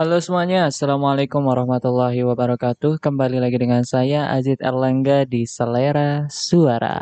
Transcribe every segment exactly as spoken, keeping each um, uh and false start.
Halo semuanya, Assalamualaikum warahmatullahi wabarakatuh. Kembali lagi dengan saya Azid Erlangga di Selera Suara.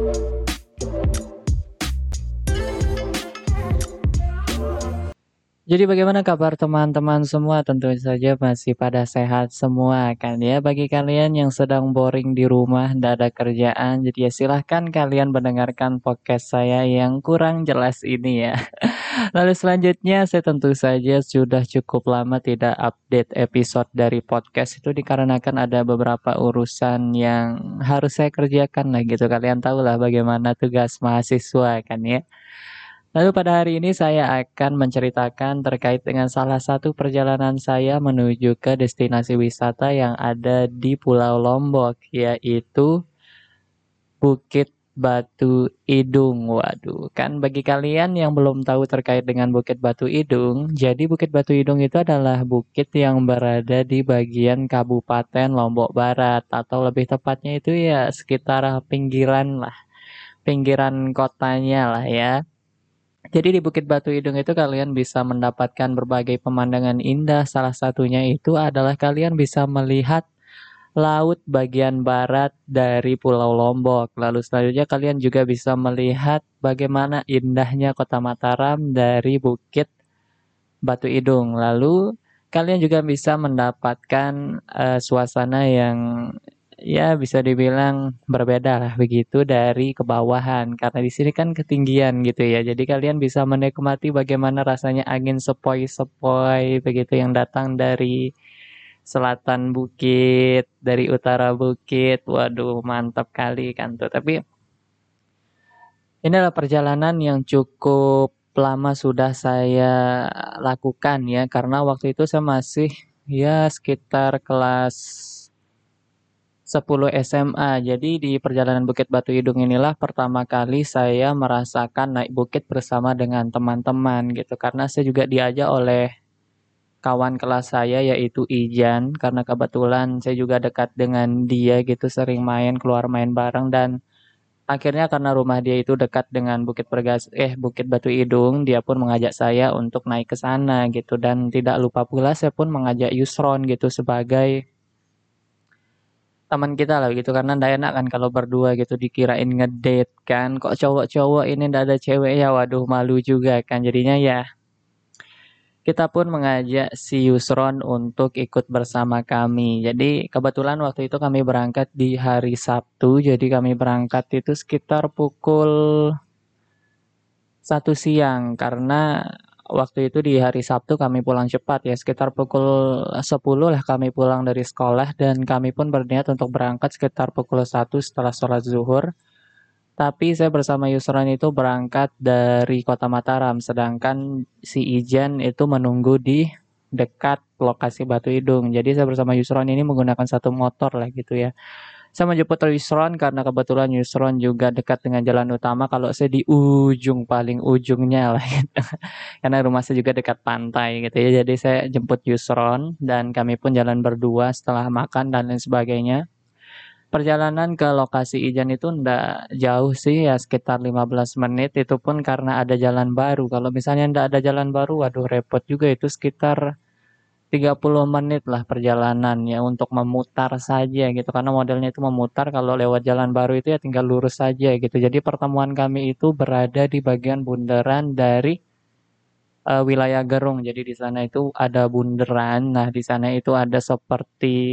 Jadi bagaimana kabar teman-teman semua? Tentu saja masih pada sehat semua kan ya. Bagi kalian yang sedang boring di rumah, tidak ada kerjaan, jadi ya silahkan kalian mendengarkan podcast saya yang kurang jelas ini ya. Lalu selanjutnya saya tentu saja sudah cukup lama tidak update episode dari podcast itu dikarenakan ada beberapa urusan yang harus saya kerjakan lah gitu. Kalian tahu lah bagaimana tugas mahasiswa kan ya. Lalu pada hari ini saya akan menceritakan terkait dengan salah satu perjalanan saya menuju ke destinasi wisata yang ada di Pulau Lombok, yaitu Bukit Batu Idung. Waduh, kan bagi kalian yang belum tahu terkait dengan Bukit Batu Idung, jadi Bukit Batu Idung itu adalah bukit yang berada di bagian Kabupaten Lombok Barat, atau lebih tepatnya itu ya sekitar pinggiran lah, pinggiran kotanya lah ya. Jadi di Bukit Batu Idung itu kalian bisa mendapatkan berbagai pemandangan indah. Salah satunya itu adalah kalian bisa melihat laut bagian barat dari Pulau Lombok. Lalu selanjutnya kalian juga bisa melihat bagaimana indahnya Kota Mataram dari Bukit Batu Idung. Lalu kalian juga bisa mendapatkan eh, suasana yang ya bisa dibilang berbeda lah begitu dari kebawahan karena di sini kan ketinggian gitu ya. Jadi kalian bisa menikmati bagaimana rasanya angin sepoi-sepoi begitu yang datang dari selatan bukit, dari utara bukit. Waduh, mantap kali kan tuh. Tapi ini adalah perjalanan yang cukup lama sudah saya lakukan ya, karena waktu itu saya masih ya sekitar kelas sepuluh S M A. Jadi di perjalanan Bukit Batu Idung inilah pertama kali saya merasakan naik bukit bersama dengan teman-teman gitu. Karena saya juga diajak oleh kawan kelas saya yaitu Ijan, karena kebetulan saya juga dekat dengan dia gitu, sering main, keluar main bareng, dan akhirnya karena rumah dia itu dekat dengan Bukit Pergas eh Bukit Batu Idung, dia pun mengajak saya untuk naik ke sana gitu, dan tidak lupa pula saya pun mengajak Yusron gitu sebagai teman kita lah gitu, karena ndak enak kan kalau berdua gitu dikirain ngedate kan, kok cowok-cowok ini ndak ada cewek ya, waduh malu juga kan, jadinya ya kita pun mengajak si Yusron untuk ikut bersama kami. Jadi kebetulan waktu itu kami berangkat di hari Sabtu, jadi kami berangkat itu sekitar pukul satu siang, karena waktu itu di hari Sabtu kami pulang cepat ya, sekitar pukul sepuluh lah kami pulang dari sekolah, dan kami pun berniat untuk berangkat sekitar pukul satu setelah sholat zuhur. Tapi saya bersama Yusron itu berangkat dari Kota Mataram, sedangkan si Ijan itu menunggu di dekat lokasi Batu Idung. Jadi saya bersama Yusron ini menggunakan satu motor lah gitu ya. Saya menjemput Yusron karena kebetulan Yusron juga dekat dengan jalan utama. Kalau saya di ujung paling ujungnya lah gitu. Karena rumah saya juga dekat pantai gitu ya. Jadi saya jemput Yusron dan kami pun jalan berdua setelah makan dan lain sebagainya. Perjalanan ke lokasi Ijan itu ndak jauh sih ya, sekitar lima belas menit, itu pun karena ada jalan baru. Kalau misalnya ndak ada jalan baru, waduh repot juga, itu sekitar tiga puluh menit lah perjalanan ya untuk memutar saja gitu. Karena modelnya itu memutar, kalau lewat jalan baru itu ya tinggal lurus saja gitu. Jadi pertemuan kami itu berada di bagian bundaran dari eh, wilayah Gerung. Jadi di sana itu ada bundaran. Nah, di sana itu ada seperti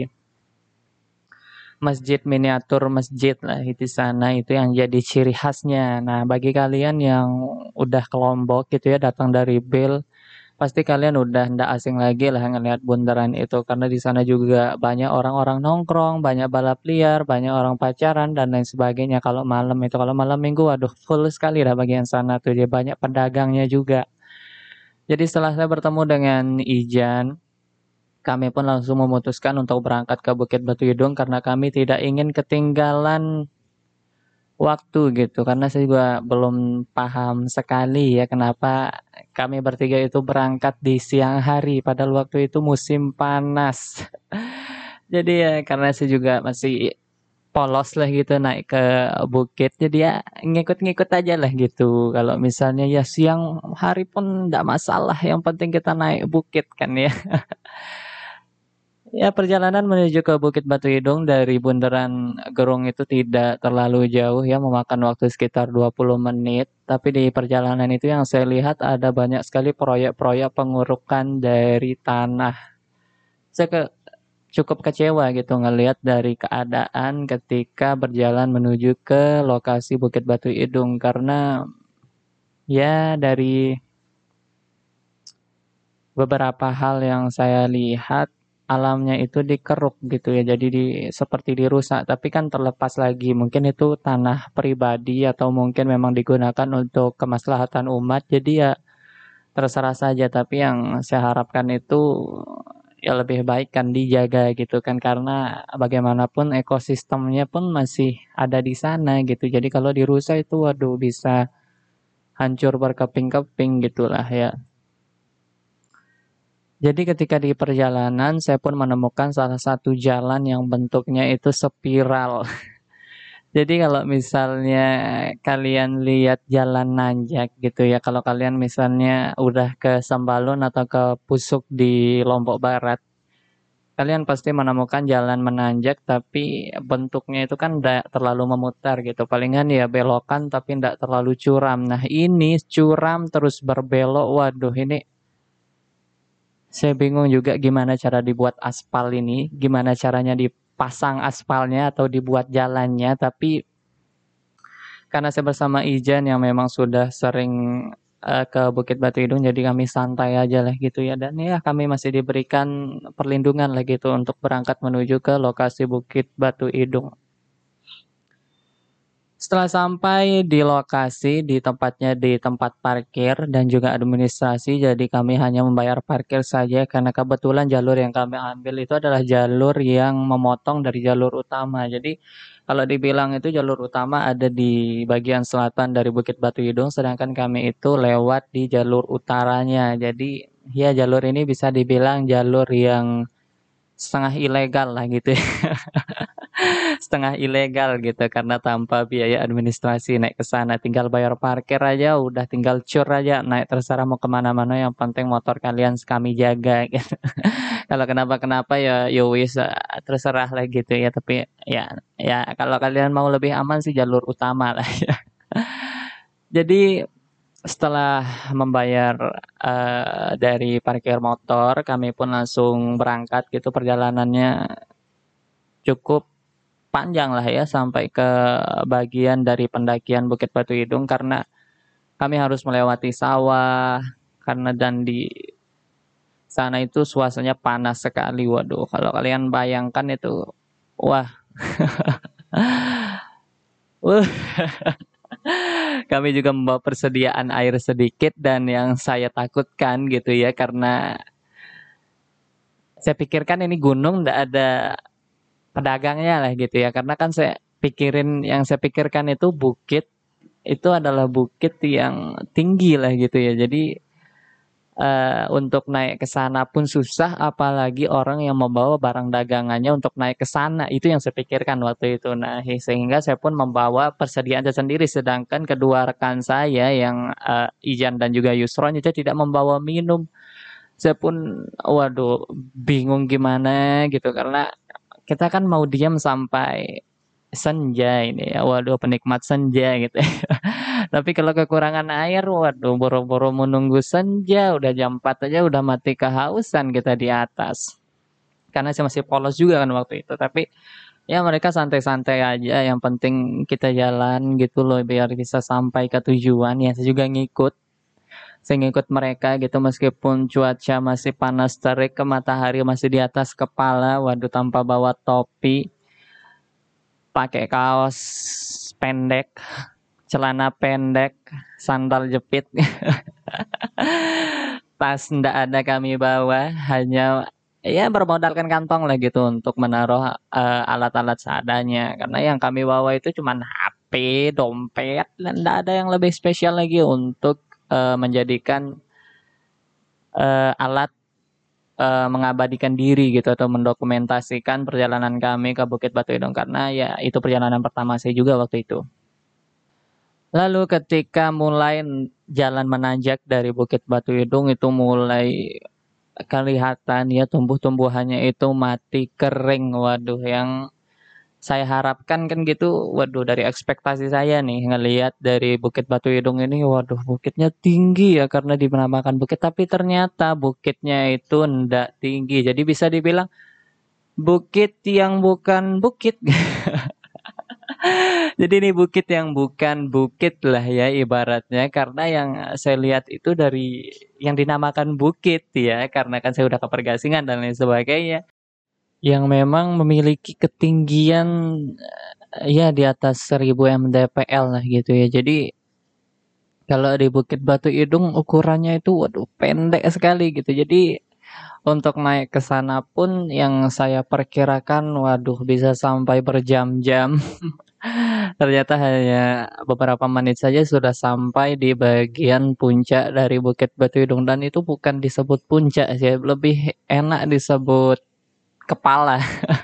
masjid, miniatur masjid lah di sana, itu yang jadi ciri khasnya. Nah, bagi kalian yang udah ke Lombok gitu ya, datang dari Bel, pasti kalian udah ndak asing lagi lah ngelihat bundaran itu, karena di sana juga banyak orang-orang nongkrong, banyak balap liar, banyak orang pacaran dan lain sebagainya. Kalau malam itu, kalau malam minggu, waduh full sekali lah bagian sana tuh, dia banyak pedagangnya juga. Jadi setelah saya bertemu dengan Ijan, kami pun langsung memutuskan untuk berangkat ke Bukit Batu Idung karena kami tidak ingin ketinggalan waktu gitu. Karena saya juga belum paham sekali ya kenapa kami bertiga itu berangkat di siang hari padahal waktu itu musim panas. Jadi ya karena saya juga masih polos lah gitu naik ke bukit. Jadi ya ngikut-ngikut aja lah gitu. Kalau misalnya ya siang hari pun enggak masalah, yang penting kita naik bukit kan ya. Ya perjalanan menuju ke Bukit Batu Idung dari Bundaran Gerung itu tidak terlalu jauh ya, memakan waktu sekitar dua puluh menit. Tapi di perjalanan itu yang saya lihat ada banyak sekali proyek-proyek pengurukan dari tanah. Saya ke, cukup kecewa gitu ngelihat dari keadaan ketika berjalan menuju ke lokasi Bukit Batu Idung karena ya dari beberapa hal yang saya lihat alamnya itu dikeruk gitu ya, jadi di seperti dirusak, tapi kan terlepas lagi mungkin itu tanah pribadi atau mungkin memang digunakan untuk kemaslahatan umat, jadi ya terserah saja. Tapi yang saya harapkan itu ya lebih baik kan dijaga gitu kan, karena bagaimanapun ekosistemnya pun masih ada di sana gitu. Jadi kalau dirusak itu waduh bisa hancur berkeping-keping gitulah ya. Jadi ketika di perjalanan saya pun menemukan salah satu jalan yang bentuknya itu spiral. Jadi kalau misalnya kalian lihat jalan nanjak gitu ya, kalau kalian misalnya udah ke Sembalun atau ke Pusuk di Lombok Barat, kalian pasti menemukan jalan menanjak tapi bentuknya itu kan tidak terlalu memutar gitu. Palingan ya belokan tapi tidak terlalu curam. Nah ini curam terus berbelok, waduh ini saya bingung juga gimana cara dibuat aspal ini, gimana caranya dipasang aspalnya atau dibuat jalannya, tapi karena saya bersama Ijan yang memang sudah sering uh, ke Bukit Batu Idung, jadi kami santai aja lah gitu ya, dan ya kami masih diberikan perlindungan lah gitu untuk berangkat menuju ke lokasi Bukit Batu Idung. Setelah sampai di lokasi, di tempatnya di tempat parkir dan juga administrasi, jadi kami hanya membayar parkir saja karena kebetulan jalur yang kami ambil itu adalah jalur yang memotong dari jalur utama. Jadi kalau dibilang itu jalur utama ada di bagian selatan dari Bukit Batu Idung, sedangkan kami itu lewat di jalur utaranya. Jadi ya jalur ini bisa dibilang jalur yang setengah ilegal lah gitu ya. Setengah ilegal gitu karena tanpa biaya administrasi naik ke sana, tinggal bayar parkir aja udah, tinggal cur aja naik terserah mau kemana-mana, yang penting motor kalian kami jaga gitu. Kalau kenapa-kenapa ya yo wis terserah lah gitu ya, tapi ya ya kalau kalian mau lebih aman sih jalur utama lah ya. Jadi setelah membayar uh, dari parkir motor, kami pun langsung berangkat gitu. Perjalanannya cukup panjang lah ya sampai ke bagian dari pendakian Bukit Batu Idung karena kami harus melewati sawah karena dan di sana itu suasananya panas sekali. Waduh, kalau kalian bayangkan itu wah. uh, Kami juga membawa persediaan air sedikit dan yang saya takutkan gitu ya karena saya pikirkan ini gunung tidak ada pedagangnya lah gitu ya, karena kan saya pikirin yang saya pikirkan itu bukit itu adalah bukit yang tinggi lah gitu ya. Jadi uh, untuk naik ke sana pun susah, apalagi orang yang membawa barang dagangannya untuk naik ke sana. Itu yang saya pikirkan waktu itu. Nah, sehingga saya pun membawa persediaan sendiri, sedangkan kedua rekan saya yang uh, Ijan dan juga Yusron itu tidak membawa minum. Saya pun waduh bingung gimana gitu karena kita kan mau diam sampai senja ini ya, waduh penikmat senja gitu. Tapi kalau kekurangan air, waduh boro-boro menunggu senja, udah jam empat aja udah mati kehausan kita di atas. Karena saya masih polos juga kan waktu itu, tapi ya mereka santai-santai aja, yang penting kita jalan gitu loh biar bisa sampai ke tujuan. Ya saya juga ngikut, saya ngikut mereka gitu meskipun cuaca masih panas terik, ke matahari masih di atas kepala, waduh tanpa bawa topi, pakai kaos pendek, celana pendek, sandal jepit. Tas ndak ada kami bawa, hanya ya bermodalkan kantong lah gitu untuk menaruh uh, alat-alat seadanya. Karena yang kami bawa itu cuma H P, dompet, dan ndak ada yang lebih spesial lagi untuk uh, menjadikan uh, alat uh, mengabadikan diri gitu atau mendokumentasikan perjalanan kami ke Bukit Batu Idung, karena ya itu perjalanan pertama saya juga waktu itu. Lalu ketika mulai jalan menanjak dari Bukit Batu Idung itu mulai kelihatan ya tumbuh-tumbuhannya itu mati, kering. Waduh, yang saya harapkan kan gitu, waduh dari ekspektasi saya nih ngelihat dari Bukit Batu Idung ini, waduh bukitnya tinggi ya karena dinamakan bukit, tapi ternyata bukitnya itu ndak tinggi. Jadi bisa dibilang bukit yang bukan bukit. Jadi ini bukit yang bukan bukit lah ya ibaratnya, karena yang saya lihat itu dari yang dinamakan bukit ya, karena kan saya udah ke Pergasingan dan lain sebagainya, yang memang memiliki ketinggian eh, ya di atas seribu mdpl lah gitu ya. Jadi kalau di Bukit Batu Idung ukurannya itu waduh pendek sekali gitu. Jadi untuk naik ke sana pun yang saya perkirakan waduh bisa sampai berjam-jam. Ternyata hanya beberapa menit saja sudah sampai di bagian puncak dari Bukit Batu Idung, dan itu bukan disebut puncak sih, lebih enak disebut kepala.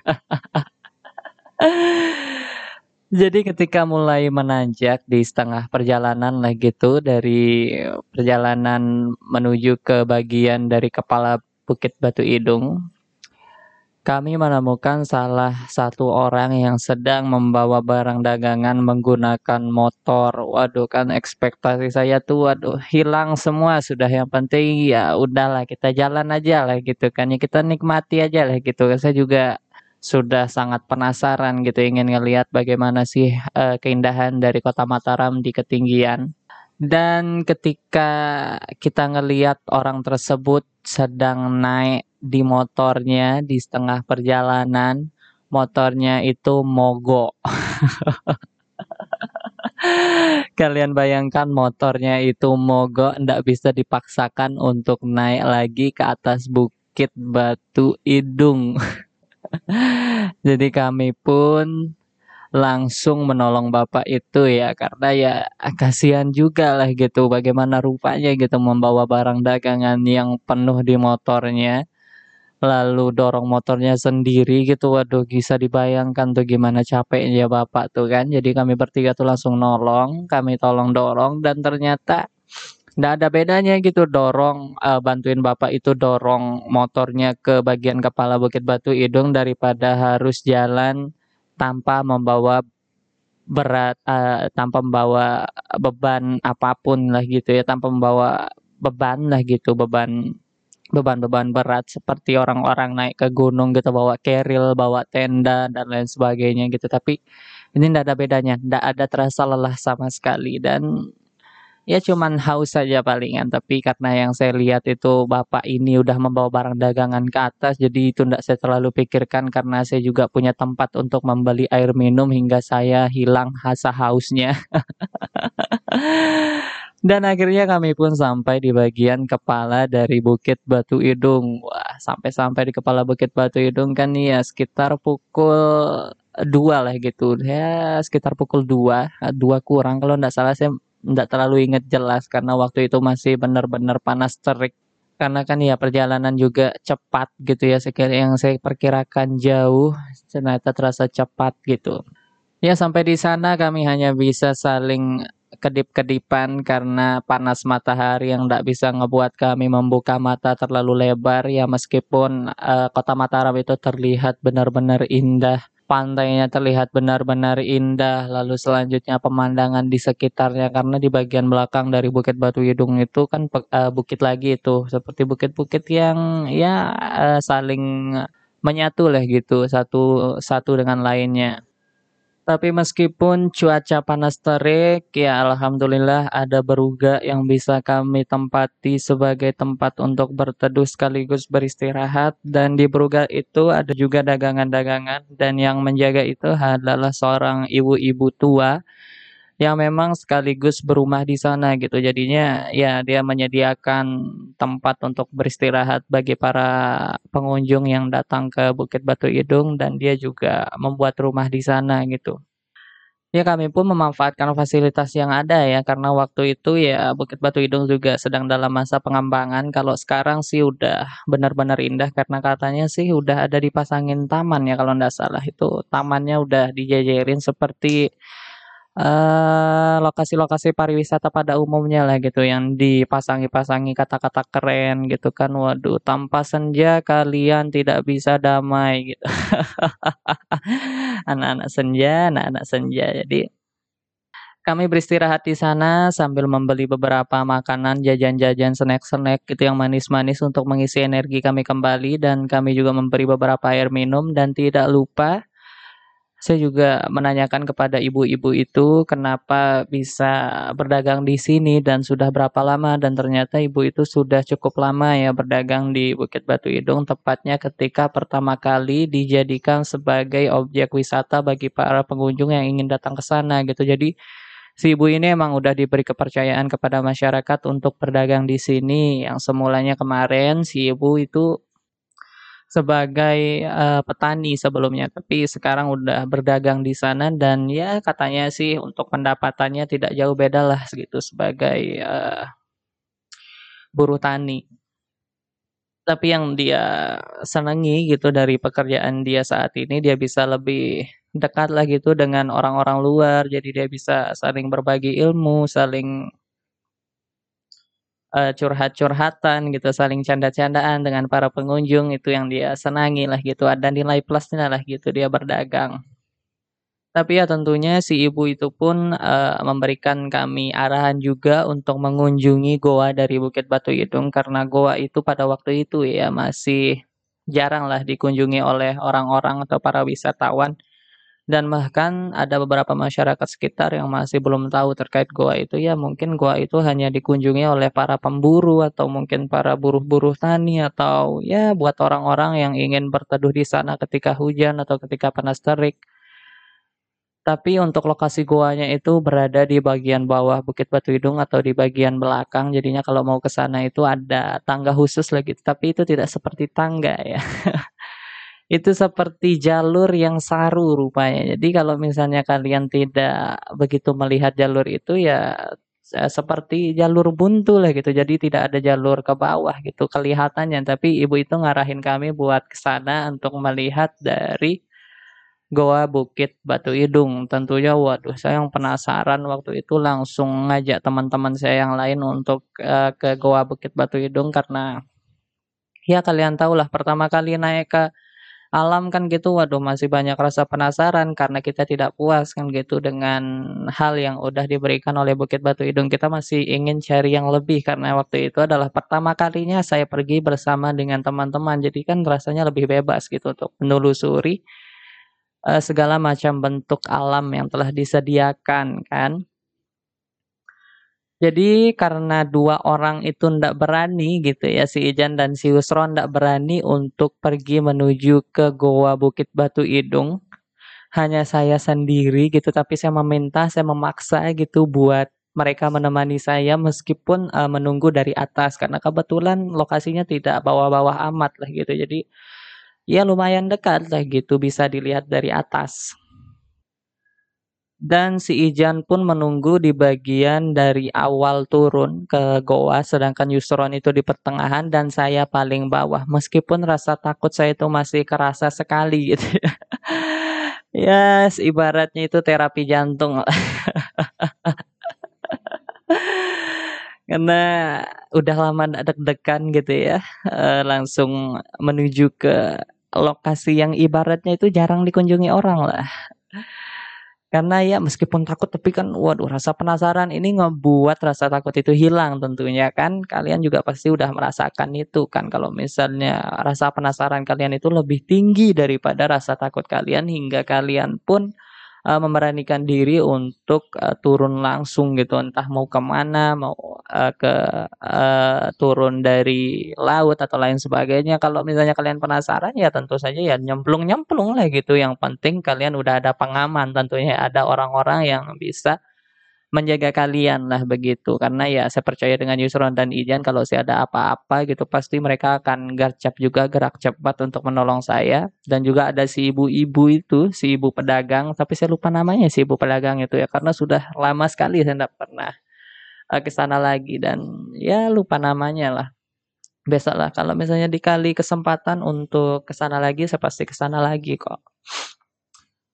Jadi ketika mulai menanjak di setengah perjalanan lah gitu, dari perjalanan menuju ke bagian dari kepala Bukit Batu Idung, kami menemukan salah satu orang yang sedang membawa barang dagangan menggunakan motor. Waduh, kan ekspektasi saya tuh waduh hilang semua sudah, yang penting ya udahlah kita jalan aja lah gitu kan. Ya kita nikmati aja lah gitu. Saya juga sudah sangat penasaran gitu, ingin ngelihat bagaimana sih eh, keindahan dari Kota Mataram di ketinggian. Dan ketika kita ngelihat orang tersebut sedang naik di motornya di setengah perjalanan, motornya itu mogok. Kalian bayangkan motornya itu mogok, ndak bisa dipaksakan untuk naik lagi ke atas Bukit Batu Idung. Jadi kami pun langsung menolong bapak itu ya, karena ya kasihan juga lah gitu bagaimana rupanya gitu membawa barang dagangan yang penuh di motornya, lalu dorong motornya sendiri gitu, waduh bisa dibayangkan tuh gimana capeknya bapak tuh kan. Jadi kami bertiga tuh langsung nolong, kami tolong dorong, dan ternyata nggak ada bedanya gitu dorong, eee, bantuin bapak itu dorong motornya ke bagian kepala Bukit Batu Idung daripada harus jalan tanpa membawa berat, eee, tanpa membawa beban apapun lah gitu ya, tanpa membawa beban lah gitu, beban beban-beban berat seperti orang-orang naik ke gunung gitu, bawa keril, bawa tenda dan lain sebagainya gitu. Tapi ini ndak ada bedanya, ndak ada terasa lelah sama sekali, dan ya cuman haus saja palingan, tapi karena yang saya lihat itu bapak ini udah membawa barang dagangan ke atas, jadi itu ndak saya terlalu pikirkan karena saya juga punya tempat untuk membeli air minum hingga saya hilang rasa hausnya. Dan akhirnya kami pun sampai di bagian kepala dari Bukit Batu Idung. Wah, sampai-sampai di kepala Bukit Batu Idung kan ya sekitar pukul dua lah gitu. Ya sekitar pukul dua, dua kurang kalau ndak salah, saya ndak terlalu ingat jelas karena waktu itu masih benar-benar panas terik. Karena kan ya perjalanan juga cepat gitu ya, sekali yang saya perkirakan jauh, ternyata terasa cepat gitu. Ya sampai di sana kami hanya bisa saling kedip-kedipan karena panas matahari yang tidak bisa ngebuat kami membuka mata terlalu lebar ya, meskipun eh, Kota Mataram itu terlihat benar-benar indah, pantainya terlihat benar-benar indah, lalu selanjutnya pemandangan di sekitarnya karena di bagian belakang dari Bukit Batu Idung itu kan pe- eh, bukit lagi itu, seperti bukit-bukit yang ya eh, saling menyatu lah gitu, satu satu dengan lainnya. Tapi meskipun cuaca panas terik, ya alhamdulillah ada Beruga yang bisa kami tempati sebagai tempat untuk berteduh sekaligus beristirahat, dan di Beruga itu ada juga dagangan-dagangan, dan yang menjaga itu adalah seorang ibu-ibu tua yang memang sekaligus berumah di sana gitu. Jadinya ya dia menyediakan tempat untuk beristirahat bagi para pengunjung yang datang ke Bukit Batu Idung, dan dia juga membuat rumah di sana gitu. Ya kami pun memanfaatkan fasilitas yang ada ya, karena waktu itu ya Bukit Batu Idung juga sedang dalam masa pengembangan. Kalau sekarang sih udah benar-benar indah karena katanya sih udah ada dipasangin taman ya kalau nggak salah, itu tamannya udah dijajarin seperti Eee, lokasi-lokasi pariwisata pada umumnya lah gitu yang dipasangi-pasangi kata-kata keren gitu kan, waduh, "Tanpa senja kalian tidak bisa damai," gitu. Anak-anak senja anak-anak senja. Jadi kami beristirahat di sana sambil membeli beberapa makanan, jajan-jajan, snack-snack gitu yang manis-manis untuk mengisi energi kami kembali dan kami juga memberi beberapa air minum dan tidak lupa saya juga menanyakan kepada ibu-ibu itu kenapa bisa berdagang di sini dan sudah berapa lama dan ternyata ibu itu sudah cukup lama ya berdagang di Bukit Batu Idung, tepatnya ketika pertama kali dijadikan sebagai objek wisata bagi para pengunjung yang ingin datang ke sana gitu. Jadi si ibu ini emang udah diberi kepercayaan kepada masyarakat untuk berdagang di sini, yang semulanya kemarin si ibu itu sebagai, eee, petani sebelumnya, tapi sekarang udah berdagang di sana dan ya katanya sih untuk pendapatannya tidak jauh bedalah segitu sebagai, eee, buruh tani. Tapi yang dia senangi gitu dari pekerjaan dia saat ini, dia bisa lebih dekatlah gitu dengan orang-orang luar, jadi dia bisa saling berbagi ilmu, saling Eee, curhat-curhatan gitu, saling canda-candaan dengan para pengunjung, itu yang dia senangi lah gitu, ada nilai plusnya lah gitu dia berdagang. Tapi ya tentunya si ibu itu pun, eee, memberikan kami arahan juga untuk mengunjungi goa dari Bukit Batu Idung, karena goa itu pada waktu itu ya masih jarang lah dikunjungi oleh orang-orang atau para wisatawan. Dan bahkan ada beberapa masyarakat sekitar yang masih belum tahu terkait goa itu, ya mungkin goa itu hanya dikunjungi oleh para pemburu atau mungkin para buruh-buruh tani atau ya buat orang-orang yang ingin berteduh di sana ketika hujan atau ketika panas terik. Tapi untuk lokasi goanya itu berada di bagian bawah Bukit Batuidung atau di bagian belakang, jadinya kalau mau ke sana itu ada tangga khusus lah gitu, tapi itu tidak seperti tangga ya. Itu seperti jalur yang saru rupanya. Jadi kalau misalnya kalian tidak begitu melihat jalur itu ya, eee, seperti jalur buntu lah gitu, jadi tidak ada jalur ke bawah gitu kelihatannya, tapi ibu itu ngarahin kami buat ke sana untuk melihat dari Goa Bukit Batu Idung. Tentunya waduh saya yang penasaran waktu itu langsung ngajak teman-teman saya yang lain untuk, eee, ke Goa Bukit Batu Idung karena ya kalian tahulah pertama kali naik ke alam kan gitu, waduh masih banyak rasa penasaran karena kita tidak puas kan gitu dengan hal yang udah diberikan oleh Bukit Batu Idung. Kita masih ingin cari yang lebih karena waktu itu adalah pertama kalinya saya pergi bersama dengan teman-teman. Jadi kan rasanya lebih bebas gitu untuk menelusuri, eee, segala macam bentuk alam yang telah disediakan kan. Jadi karena dua orang itu ndak berani gitu ya, si Ijan dan si Yusron ndak berani untuk pergi menuju ke Goa Bukit Batu Idung. Hanya saya sendiri gitu, tapi saya meminta, saya memaksa gitu buat mereka menemani saya meskipun, eee, menunggu dari atas karena kebetulan lokasinya tidak bawah-bawah amat lah gitu. Jadi, ya lumayan dekat lah gitu, bisa dilihat dari atas. Dan si Ijan pun menunggu di bagian dari awal turun ke goa, sedangkan Yusron itu di pertengahan dan saya paling bawah. Meskipun rasa takut saya itu masih kerasa sekali gitu ya. Ya, ibaratnya itu terapi jantung. Karena udah lama nggak deg-degan gitu ya, eee, langsung menuju ke lokasi yang ibaratnya itu jarang dikunjungi orang lah. Karena ya meskipun takut tapi kan waduh rasa penasaran ini ngebuat rasa takut itu hilang tentunya kan. Kalian juga pasti udah merasakan itu kan kalau misalnya rasa penasaran kalian itu lebih tinggi daripada rasa takut kalian hingga kalian pun Eee, memberanikan diri untuk, eee, turun langsung gitu, entah mau ke mana, mau, eee, ke eee, turun dari laut atau lain sebagainya. Kalau misalnya kalian penasaran, ya tentu saja ya nyemplung-nyemplung lah gitu, yang penting kalian udah ada pengaman tentunya, ada orang-orang yang bisa menjaga kalian lah begitu. Karena ya saya percaya dengan Yusron dan Ijan kalau saya ada apa-apa gitu pasti mereka akan gercep juga, gerak cepat untuk menolong saya. Dan juga ada si ibu-ibu itu, si ibu pedagang, tapi saya lupa namanya si ibu pedagang itu ya, karena sudah lama sekali saya nggak pernah, eee, ke sana lagi dan ya lupa namanya lah. Besoklah kalau misalnya dikali kesempatan untuk ke sana lagi, saya pasti ke sana lagi kok.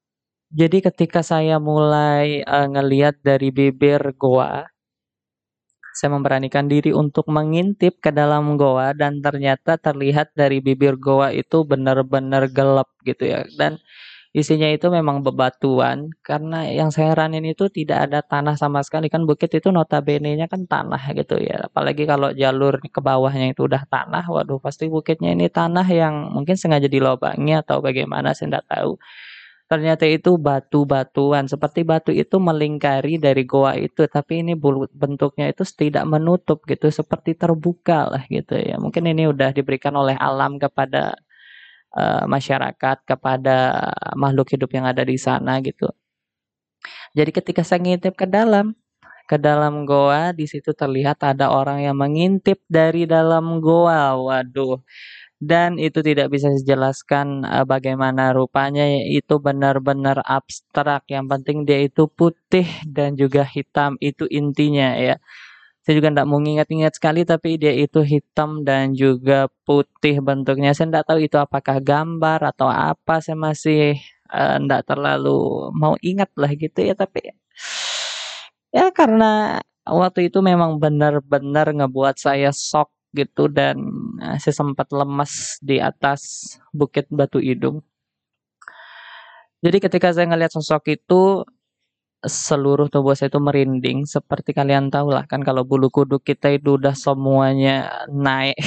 Jadi ketika saya mulai, eee, ngelihat dari bibir goa, saya memberanikan diri untuk mengintip ke dalam goa dan ternyata terlihat dari bibir goa itu benar-benar gelap gitu ya, dan isinya itu memang bebatuan, karena yang saya heranin itu tidak ada tanah sama sekali, kan bukit itu notabene-nya kan tanah gitu ya, apalagi kalau jalur ke bawahnya itu udah tanah, waduh pasti bukitnya ini tanah yang mungkin sengaja dilobangi atau bagaimana saya nggak tahu. Ternyata itu batu-batuan, seperti batu itu melingkari dari goa itu, tapi ini bulu bentuknya itu tidak menutup gitu, seperti terbuka lah gitu ya. Mungkin ini udah diberikan oleh alam kepada, eee, masyarakat, kepada makhluk hidup yang ada di sana gitu. Jadi ketika saya ngintip ke dalam, ke dalam goa, di situ terlihat ada orang yang mengintip dari dalam goa. Waduh, dan itu tidak bisa dijelaskan, eee, bagaimana rupanya, itu benar-benar abstrak, yang penting dia itu putih dan juga hitam, itu intinya ya. Saya juga ndak mau ngingat-ngingat sekali, tapi dia itu hitam dan juga putih bentuknya, saya ndak tahu itu apakah gambar atau apa, saya masih, eee, ndak terlalu mau ingat lah gitu ya, tapi ya karena waktu itu memang benar-benar ngebuat saya syok gitu dan, eee, saya sempat lemas di atas Bukit Batu Idung. Jadi ketika saya ngelihat sosok itu, seluruh tubuh saya itu merinding, seperti kalian tahu lah kan kalau bulu kuduk kita itu udah semuanya naik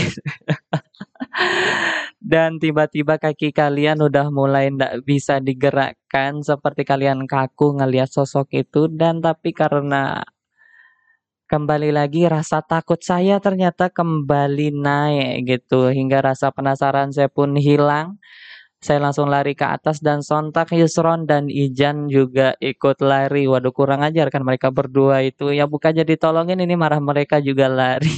dan tiba-tiba kaki kalian udah mulai ndak bisa digerakkan, seperti kalian kaku ngelihat sosok itu dan tapi karena kembali lagi rasa takut saya ternyata kembali naik gitu, hingga rasa penasaran saya pun hilang. Saya langsung lari ke atas dan sontak Yusron dan Ijan juga ikut lari. Waduh kurang ajar kan mereka berdua itu, ya bukannya ditolongin ini marah mereka juga lari.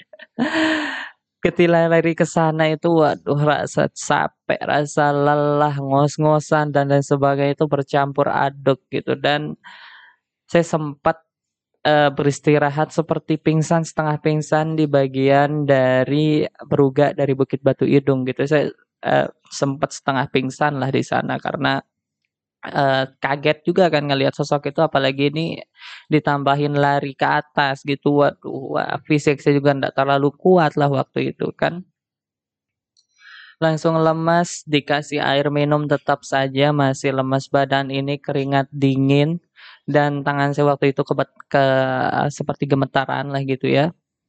Ketika lari ke sana itu waduh rasa capek, rasa lelah, ngos-ngosan dan lain sebagainya itu bercampur aduk gitu dan saya sempat Eee, beristirahat seperti pingsan, setengah pingsan di bagian dari Brugak dari Bukit Batu Idung gitu. Saya, eee, sempet setengah pingsan lah di sana karena, eee, kaget juga kan ngelihat sosok itu apalagi ini ditambahin lari ke atas gitu. Waduh, wah fisik saya juga nggak terlalu kuat lah waktu itu kan. Langsung lemas, dikasih air minum tetap saja masih lemas badan ini, keringat dingin, dan tangan saya waktu itu kebet ke seperti gemetaran lah gitu ya.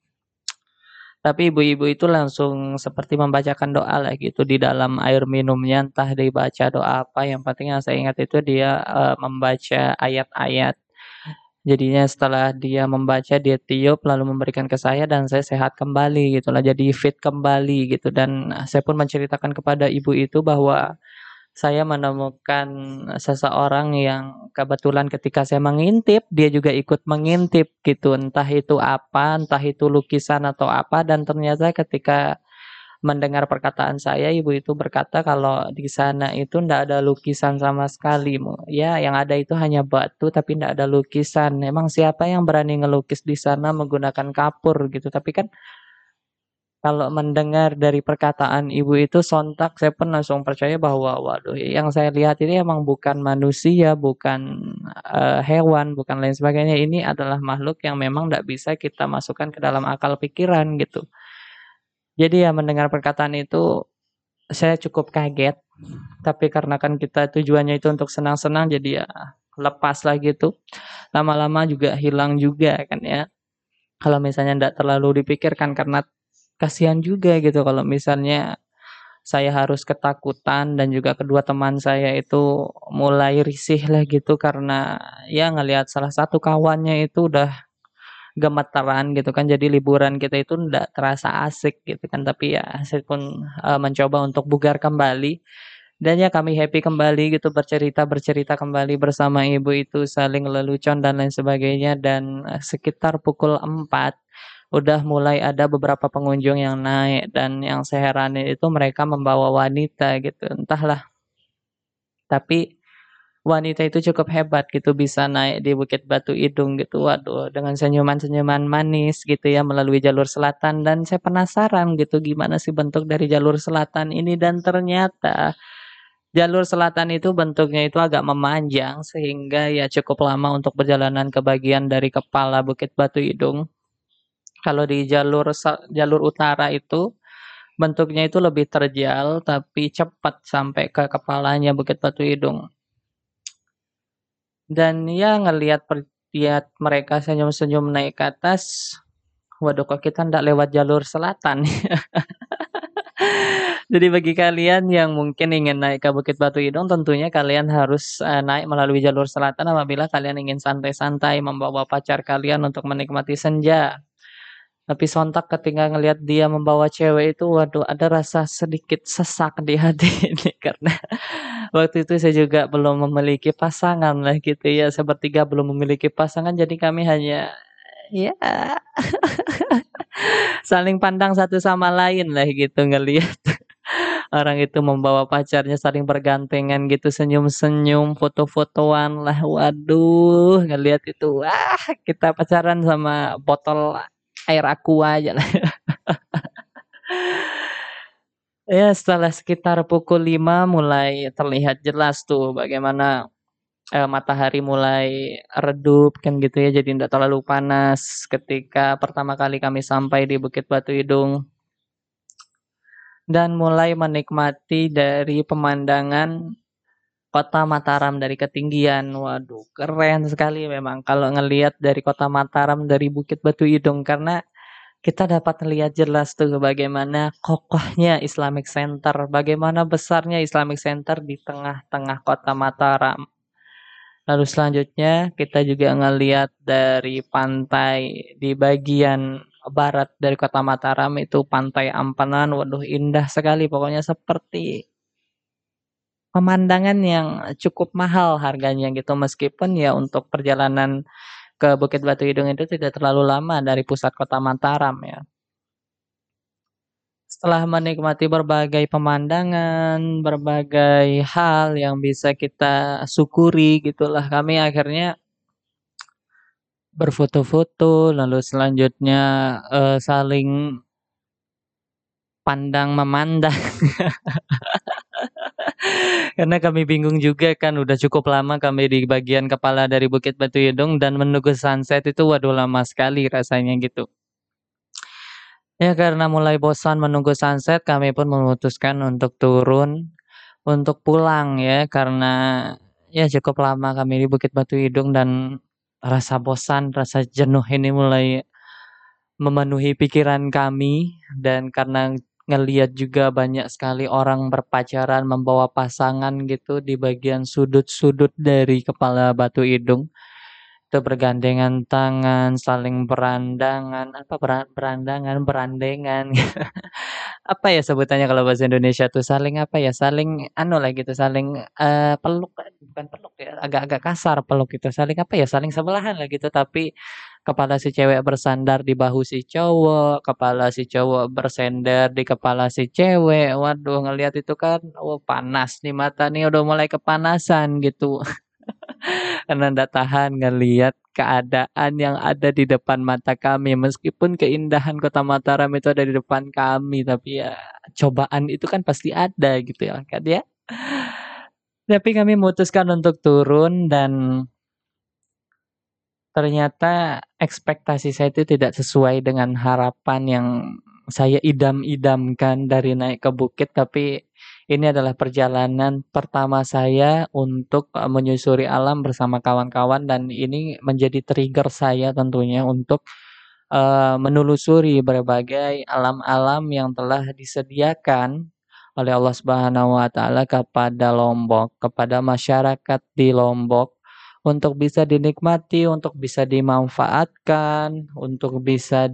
Tapi ibu-ibu itu langsung seperti membacakan doa lah gitu di dalam air minumnya, entah dibaca doa apa, yang penting yang saya ingat itu dia, eee, membaca ayat-ayat. Jadinya setelah dia membaca, dia tiup lalu memberikan ke saya dan saya sehat kembali gitulah, jadi fit kembali gitu dan saya pun menceritakan kepada ibu itu bahwa saya menemukan seseorang yang kebetulan ketika saya mengintip, dia juga ikut mengintip gitu, entah itu apa, entah itu lukisan atau apa dan ternyata ketika mendengar perkataan saya, ibu itu berkata kalau di sana itu ndak ada lukisan sama sekali, Mu. Ya, yang ada itu hanya batu tapi ndak ada lukisan. Emang siapa yang berani ngelukis di sana menggunakan kapur gitu. Tapi kan kalau mendengar dari perkataan ibu itu sontak saya pun langsung percaya bahwa, waduh yang saya lihat ini emang bukan manusia, bukan, eee, hewan, bukan lain sebagainya. Ini adalah makhluk yang memang ndak bisa kita masukkan ke dalam akal pikiran gitu. Jadi ya mendengar perkataan itu saya cukup kaget, tapi karena kan kita tujuannya itu untuk senang-senang jadi ya lepaslah gitu. Lama-lama juga hilang juga kan ya, kalau misalnya ndak terlalu dipikirkan karena kasihan juga gitu kalau misalnya saya harus ketakutan dan juga kedua teman saya itu mulai risih lah gitu karena ya ngelihat salah satu kawannya itu udah gemeteran gitu kan, jadi liburan kita itu ndak terasa asik gitu kan, tapi ya saya pun, eee, mencoba untuk bugar kembali dan ya kami happy kembali gitu bercerita-bercerita kembali bersama ibu itu, saling lelucon dan lain sebagainya dan, eee, sekitar pukul empat udah mulai ada beberapa pengunjung yang naik dan yang saya heranin itu mereka membawa wanita gitu, entahlah. Tapi wanita itu cukup hebat gitu bisa naik di Bukit Batu Idung gitu, waduh dengan senyuman-senyuman manis gitu ya melalui jalur selatan dan saya penasaran gitu gimana sih bentuk dari jalur selatan ini dan ternyata Jalur selatan itu bentuknya itu agak memanjang sehingga ya cukup lama untuk perjalanan ke bagian dari kepala Bukit Batu Idung. Kalau di jalur sa jalur utara itu bentuknya itu lebih terjal tapi cepat sampai ke kepalanya Bukit Batu Idung. Dan ya ngelihat per lihat mereka senyum-senyum naik ke atas, waduh kok kita ndak lewat jalur selatan. Jadi bagi kalian yang mungkin ingin naik ke Bukit Batu Idung tentunya kalian harus, eee, naik melalui jalur selatan apabila kalian ingin santai-santai membawa pacar kalian untuk menikmati senja. Tapi sontak ketika ngelihat dia membawa cewek itu, waduh ada rasa sedikit sesak di hati ini karena waktu itu saya juga belum memiliki pasangan lah gitu ya, sepertiga belum memiliki pasangan jadi kami hanya, ya saling pandang satu sama lain lah gitu ngelihat orang itu membawa pacarnya saling bergandengan gitu, senyum-senyum, foto-fotoan lah, waduh ngelihat itu, wah kita pacaran sama botol air Aqua aja lah. Ya setelah sekitar pukul lima mulai terlihat jelas tuh bagaimana, eee, matahari mulai redup kan gitu ya, jadi ndak terlalu panas ketika pertama kali kami sampai di Bukit Batu Idung. Dan mulai menikmati dari pemandangan Kota Mataram dari ketinggian. Waduh, keren sekali memang kalau ngelihat dari Kota Mataram dari Bukit Batu Idung karena kita dapat melihat jelas tuh bagaimana kokohnya Islamic Center, bagaimana besarnya Islamic Center di tengah-tengah Kota Mataram. Lalu selanjutnya kita juga ngelihat dari pantai di bagian barat dari Kota Mataram itu Pantai Ampenan, waduh indah sekali pokoknya seperti pemandangan yang cukup mahal harganya gitu, meskipun ya untuk perjalanan ke Bukit Batu Idung itu tidak terlalu lama dari pusat Kota Mataram ya. Setelah menikmati berbagai pemandangan, berbagai hal yang bisa kita syukuri gitulah, kami akhirnya berfoto-foto, lalu selanjutnya, eee, saling pandang memandang. Karena kami bingung juga kan, udah cukup lama kami di bagian kepala dari Bukit Batu Idung dan menunggu sunset itu waduh lama sekali rasanya gitu. Ya karena mulai bosan menunggu sunset, kami pun memutuskan untuk turun, untuk pulang ya, karena ya cukup lama kami di Bukit Batu Idung dan rasa bosan, rasa jenuh ini mulai memenuhi pikiran kami dan karena ngelihat juga banyak sekali orang berpacaran membawa pasangan gitu di bagian sudut-sudut dari kepala Batu Idung. Itu bergandengan tangan, saling berandangan, apa bera berandangan, berandengan, apa ya sebutannya kalau bahasa Indonesia tuh, saling apa ya, saling anu lah gitu, saling, eee, peluk bukan peluk ya, agak-agak kasar peluk itu, saling apa ya, saling sebelahan lah gitu, tapi kepala si cewek bersandar di bahu si cowok, kepala si cowok bersender di kepala si cewek. Waduh ngelihat itu kan, oh panas nih mata nih, udah mulai kepanasan gitu. Karena ndak tahan ngelihat keadaan yang ada di depan mata kami. Meskipun keindahan Kota Mataram itu ada di depan kami, tapi ya cobaan itu kan pasti ada gitu ya kan ya. Tapi kami memutuskan untuk turun dan ternyata ekspektasi saya itu tidak sesuai dengan harapan yang saya idam-idamkan dari naik ke bukit, tapi ini adalah perjalanan pertama saya untuk, eee, menyusuri alam bersama kawan-kawan dan ini menjadi trigger saya tentunya untuk, eee, menelusuri berbagai alam-alam yang telah disediakan oleh Allah Subhanahu wa taala kepada Lombok, kepada masyarakat di Lombok, untuk bisa dinikmati, untuk bisa dimanfaatkan, untuk bisa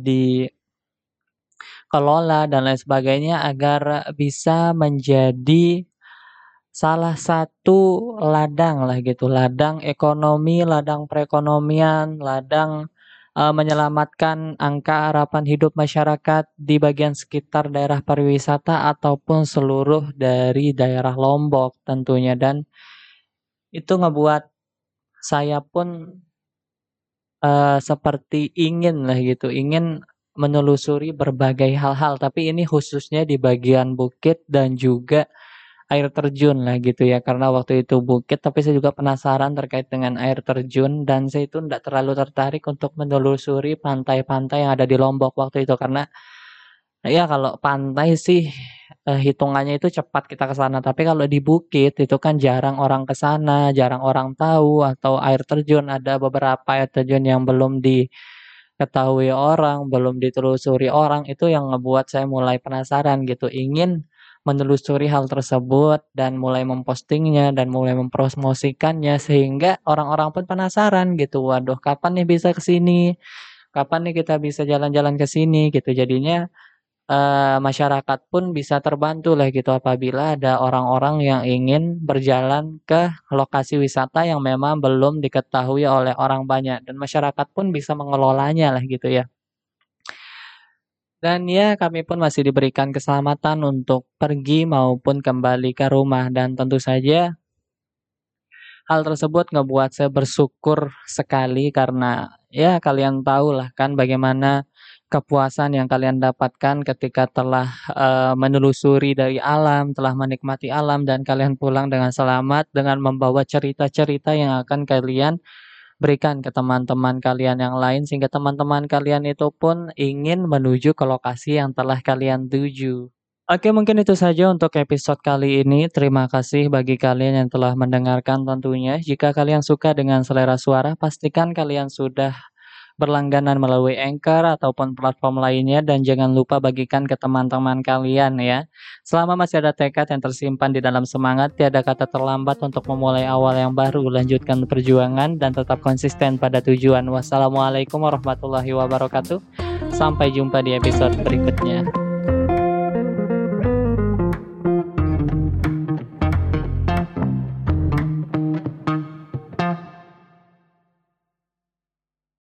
dikelola dan lain sebagainya agar bisa menjadi salah satu ladang lah gitu, ladang ekonomi, ladang perekonomian, ladang, eee, menyelamatkan angka harapan hidup masyarakat di bagian sekitar daerah pariwisata ataupun seluruh dari daerah Lombok tentunya dan itu ngebuat saya pun Eee, seperti ingin lah gitu, ingin menelusuri berbagai hal-hal, tapi ini khususnya di bagian bukit dan juga air terjun lah gitu ya, karena waktu itu bukit, tapi saya juga penasaran terkait dengan air terjun dan saya itu ndak terlalu tertarik untuk menelusuri pantai-pantai yang ada di Lombok waktu itu, karena ya kalau pantai sih, eee, hitungannya itu cepat kita ke sana, tapi kalau di bukit itu kan jarang orang ke sana, jarang orang tahu, atau air terjun ada beberapa air terjun yang belum diketahui orang, belum ditelusuri orang, itu yang ngebuat saya mulai penasaran gitu, ingin menelusuri hal tersebut dan mulai mempostingnya dan mulai mempromosikannya sehingga orang-orang pun penasaran gitu, "Waduh kapan nih bisa ke sini? Kapan nih kita bisa jalan-jalan ke sini?" Gitu. Jadinya Eee, masyarakat pun bisa terbantu lah gitu apabila ada orang-orang yang ingin berjalan ke lokasi wisata yang memang belum diketahui oleh orang banyak dan masyarakat pun bisa mengelolanya lah gitu ya. Dan ya kami pun masih diberikan keselamatan untuk pergi maupun kembali ke rumah dan tentu saja hal tersebut ngebuat saya bersyukur sekali karena ya kalian tahulah kan bagaimana kepuasan yang kalian dapatkan ketika telah, eee, menelusuri dari alam, telah menikmati alam dan kalian pulang dengan selamat dengan membawa cerita-cerita yang akan kalian berikan ke teman-teman kalian yang lain sehingga teman-teman kalian itu pun ingin menuju ke lokasi yang telah kalian tuju. Oke, mungkin itu saja untuk episode kali ini. Terima kasih bagi kalian yang telah mendengarkan tentunya. Jika kalian suka dengan selera suara, pastikan kalian sudah berlangganan melalui Anchor ataupun platform lainnya dan jangan lupa bagikan ke teman-teman kalian ya. Selama masih ada tekad yang tersimpan di dalam semangat, tiada kata terlambat untuk memulai awal yang baru, lanjutkan perjuangan dan tetap konsisten pada tujuan. Wassalamualaikum warahmatullahi wabarakatuh. Sampai jumpa di episode berikutnya.